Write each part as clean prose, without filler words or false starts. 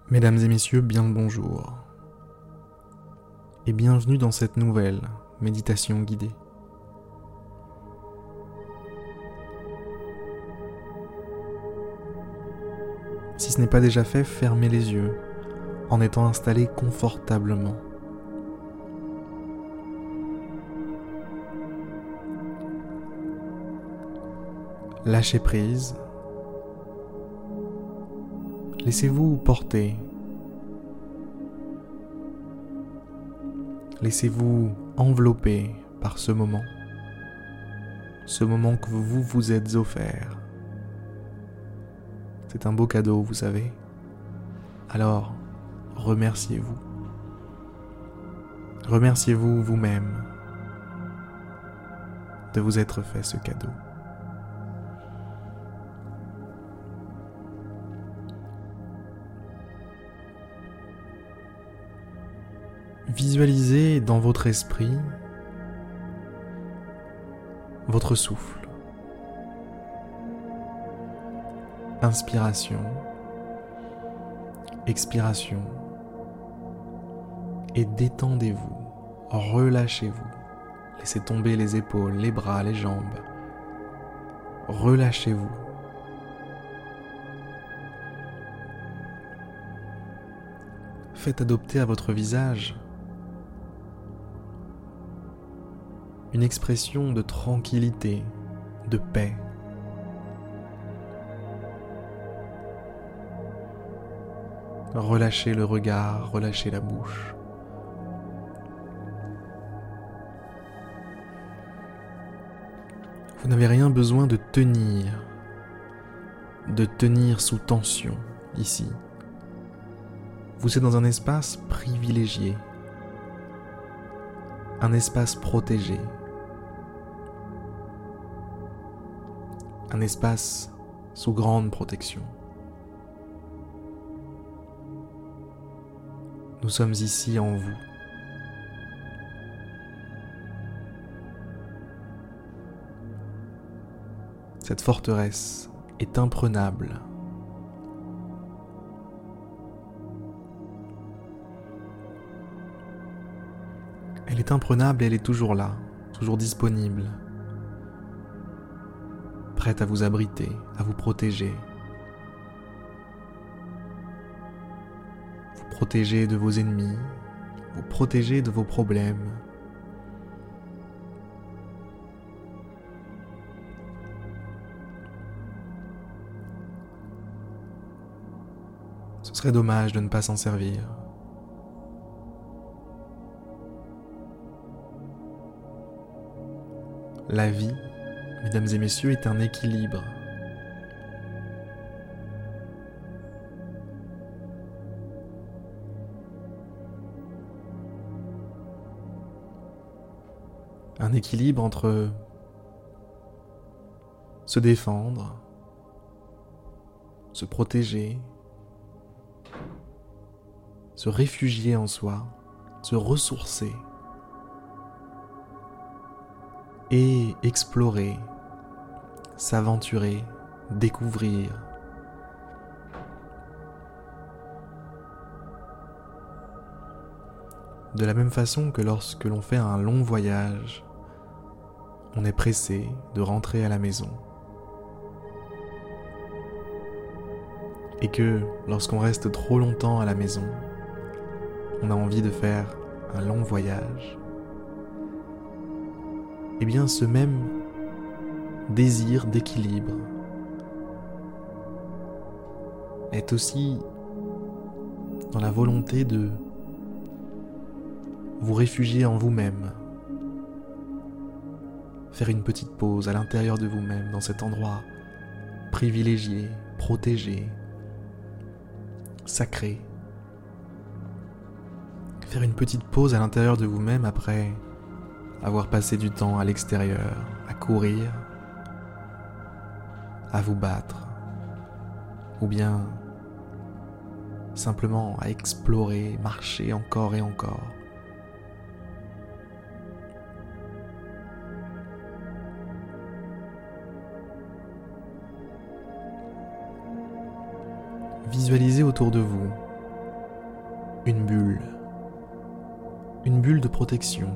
Mesdames et messieurs, bien le bonjour et bienvenue dans cette nouvelle méditation guidée. Si ce n'est pas déjà fait, fermez les yeux en étant installé confortablement. Lâchez prise. Laissez-vous porter. Laissez-vous envelopper par ce moment que vous vous êtes offert. C'est un beau cadeau, vous savez. Alors, remerciez-vous. Remerciez-vous vous-même de vous être fait ce cadeau. Visualisez dans votre esprit votre souffle. Inspiration, expiration, et détendez-vous, relâchez-vous. Laissez tomber les épaules, les bras, les jambes. Relâchez-vous. Faites adopter à votre visage une expression de tranquillité, de paix. Relâchez le regard, relâchez la bouche. Vous n'avez rien besoin de tenir sous tension ici. Vous êtes dans un espace privilégié, un espace protégé, un espace sous grande protection. Nous sommes ici en vous. Cette forteresse est imprenable. Elle est imprenable et elle est toujours là, toujours disponible, prête à vous abriter, à vous protéger. Vous protéger de vos ennemis, vous protéger de vos problèmes. Ce serait dommage de ne pas s'en servir. La vie, mesdames et messieurs, est un équilibre. Un équilibre entre se défendre, se protéger, se réfugier en soi, se ressourcer et explorer, s'aventurer, découvrir. De la même façon que lorsque l'on fait un long voyage, on est pressé de rentrer à la maison. Et que lorsqu'on reste trop longtemps à la maison, on a envie de faire un long voyage. Eh bien, ce même désir d'équilibre est aussi dans la volonté de vous réfugier en vous-même, faire une petite pause à l'intérieur de vous-même, dans cet endroit privilégié, protégé, sacré. Faire une petite pause à l'intérieur de vous-même après avoir passé du temps à l'extérieur, à courir, à vous battre, ou bien simplement à explorer, marcher encore et encore. Visualisez autour de vous une bulle de protection.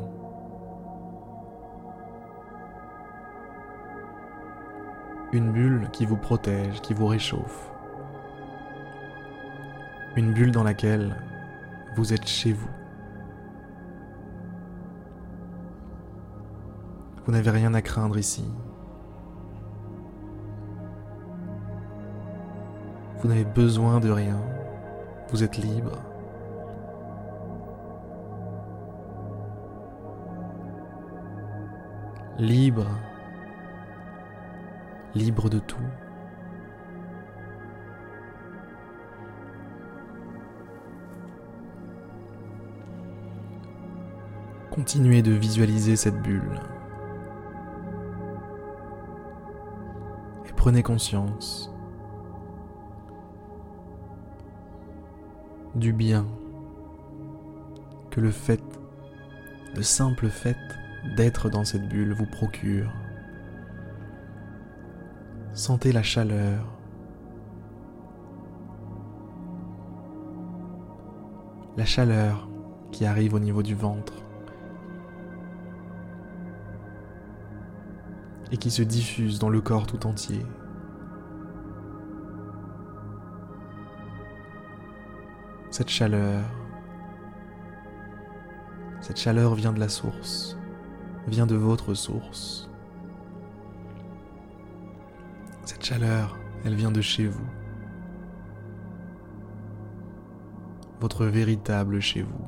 Une bulle qui vous protège, qui vous réchauffe. Une bulle dans laquelle vous êtes chez vous. Vous n'avez rien à craindre ici. Vous n'avez besoin de rien. Vous êtes libre. Libre. Libre de tout. Continuez de visualiser cette bulle. Et prenez conscience du bien que le simple fait d'être dans cette bulle vous procure. Sentez la chaleur. La chaleur qui arrive au niveau du ventre et qui se diffuse dans le corps tout entier. Cette chaleur vient de la source, vient de votre source. Cette chaleur, elle vient de chez vous. Votre véritable chez vous.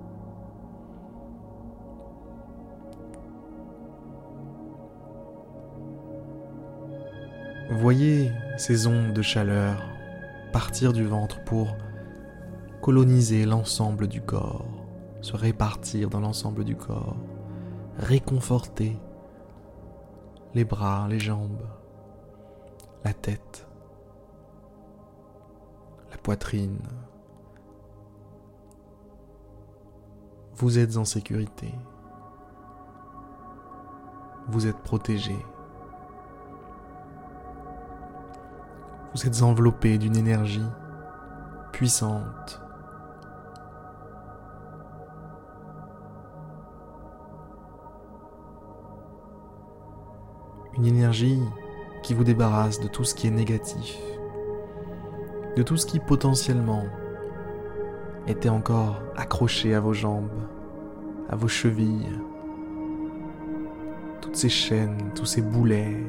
Voyez ces ondes de chaleur partir du ventre pour coloniser l'ensemble du corps, se répartir dans l'ensemble du corps, réconforter les bras, les jambes, la tête, la poitrine. Vous êtes en sécurité. Vous êtes protégé. Vous êtes enveloppé d'une énergie puissante. Une énergie qui vous débarrasse de tout ce qui est négatif, de tout ce qui potentiellement était encore accroché à vos jambes, à vos chevilles, toutes ces chaînes, tous ces boulets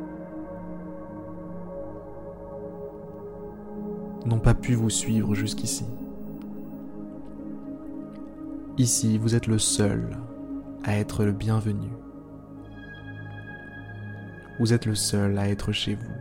n'ont pas pu vous suivre jusqu'ici. Ici, vous êtes le seul à être le bienvenu. Vous êtes le seul à être chez vous.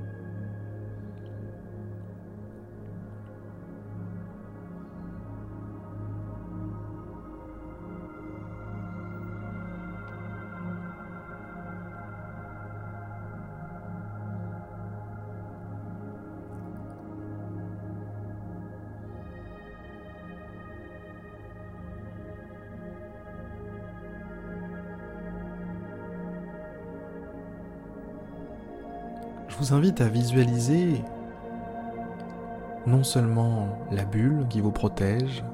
Je vous invite à visualiser non seulement la bulle qui vous protège,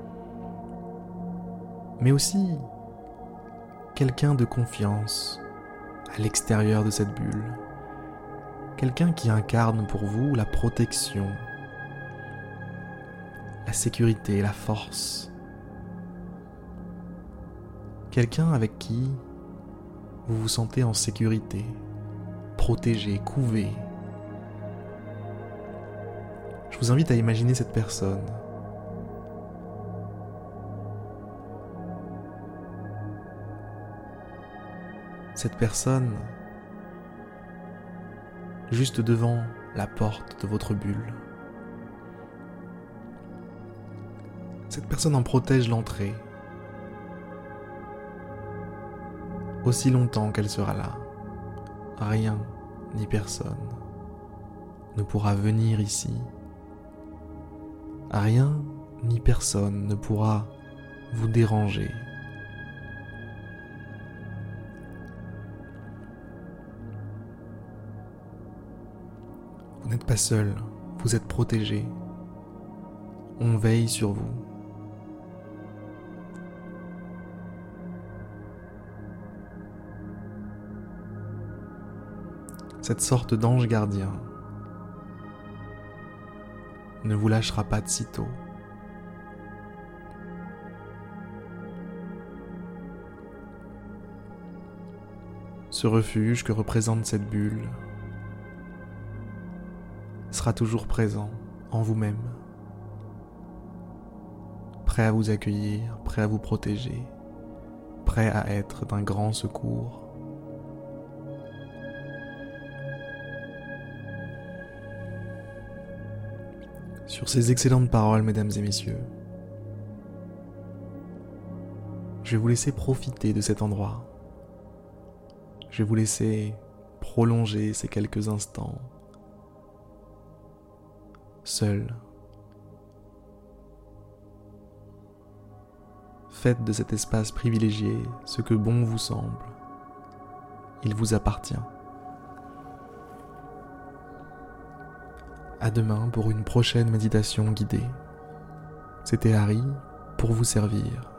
mais aussi quelqu'un de confiance à l'extérieur de cette bulle. Quelqu'un qui incarne pour vous la protection, la sécurité, la force. Quelqu'un avec qui vous vous sentez en sécurité, protégé, couvé. Je vous invite à imaginer cette personne. Cette personne juste devant la porte de votre bulle. Cette personne en protège l'entrée aussi longtemps qu'elle sera là. Rien ni personne ne pourra venir ici. Rien ni personne ne pourra vous déranger. Vous n'êtes pas seul, vous êtes protégé. On veille sur vous, cette sorte d'ange gardien, ne vous lâchera pas de sitôt. Ce refuge que représente cette bulle sera toujours présent en vous-même, prêt à vous accueillir, prêt à vous protéger, prêt à être d'un grand secours. Sur ces excellentes paroles, mesdames et messieurs, je vais vous laisser profiter de cet endroit. Je vais vous laisser prolonger ces quelques instants, seul. Faites de cet espace privilégié ce que bon vous semble. Il vous appartient. À demain pour une prochaine méditation guidée. C'était Harry pour vous servir.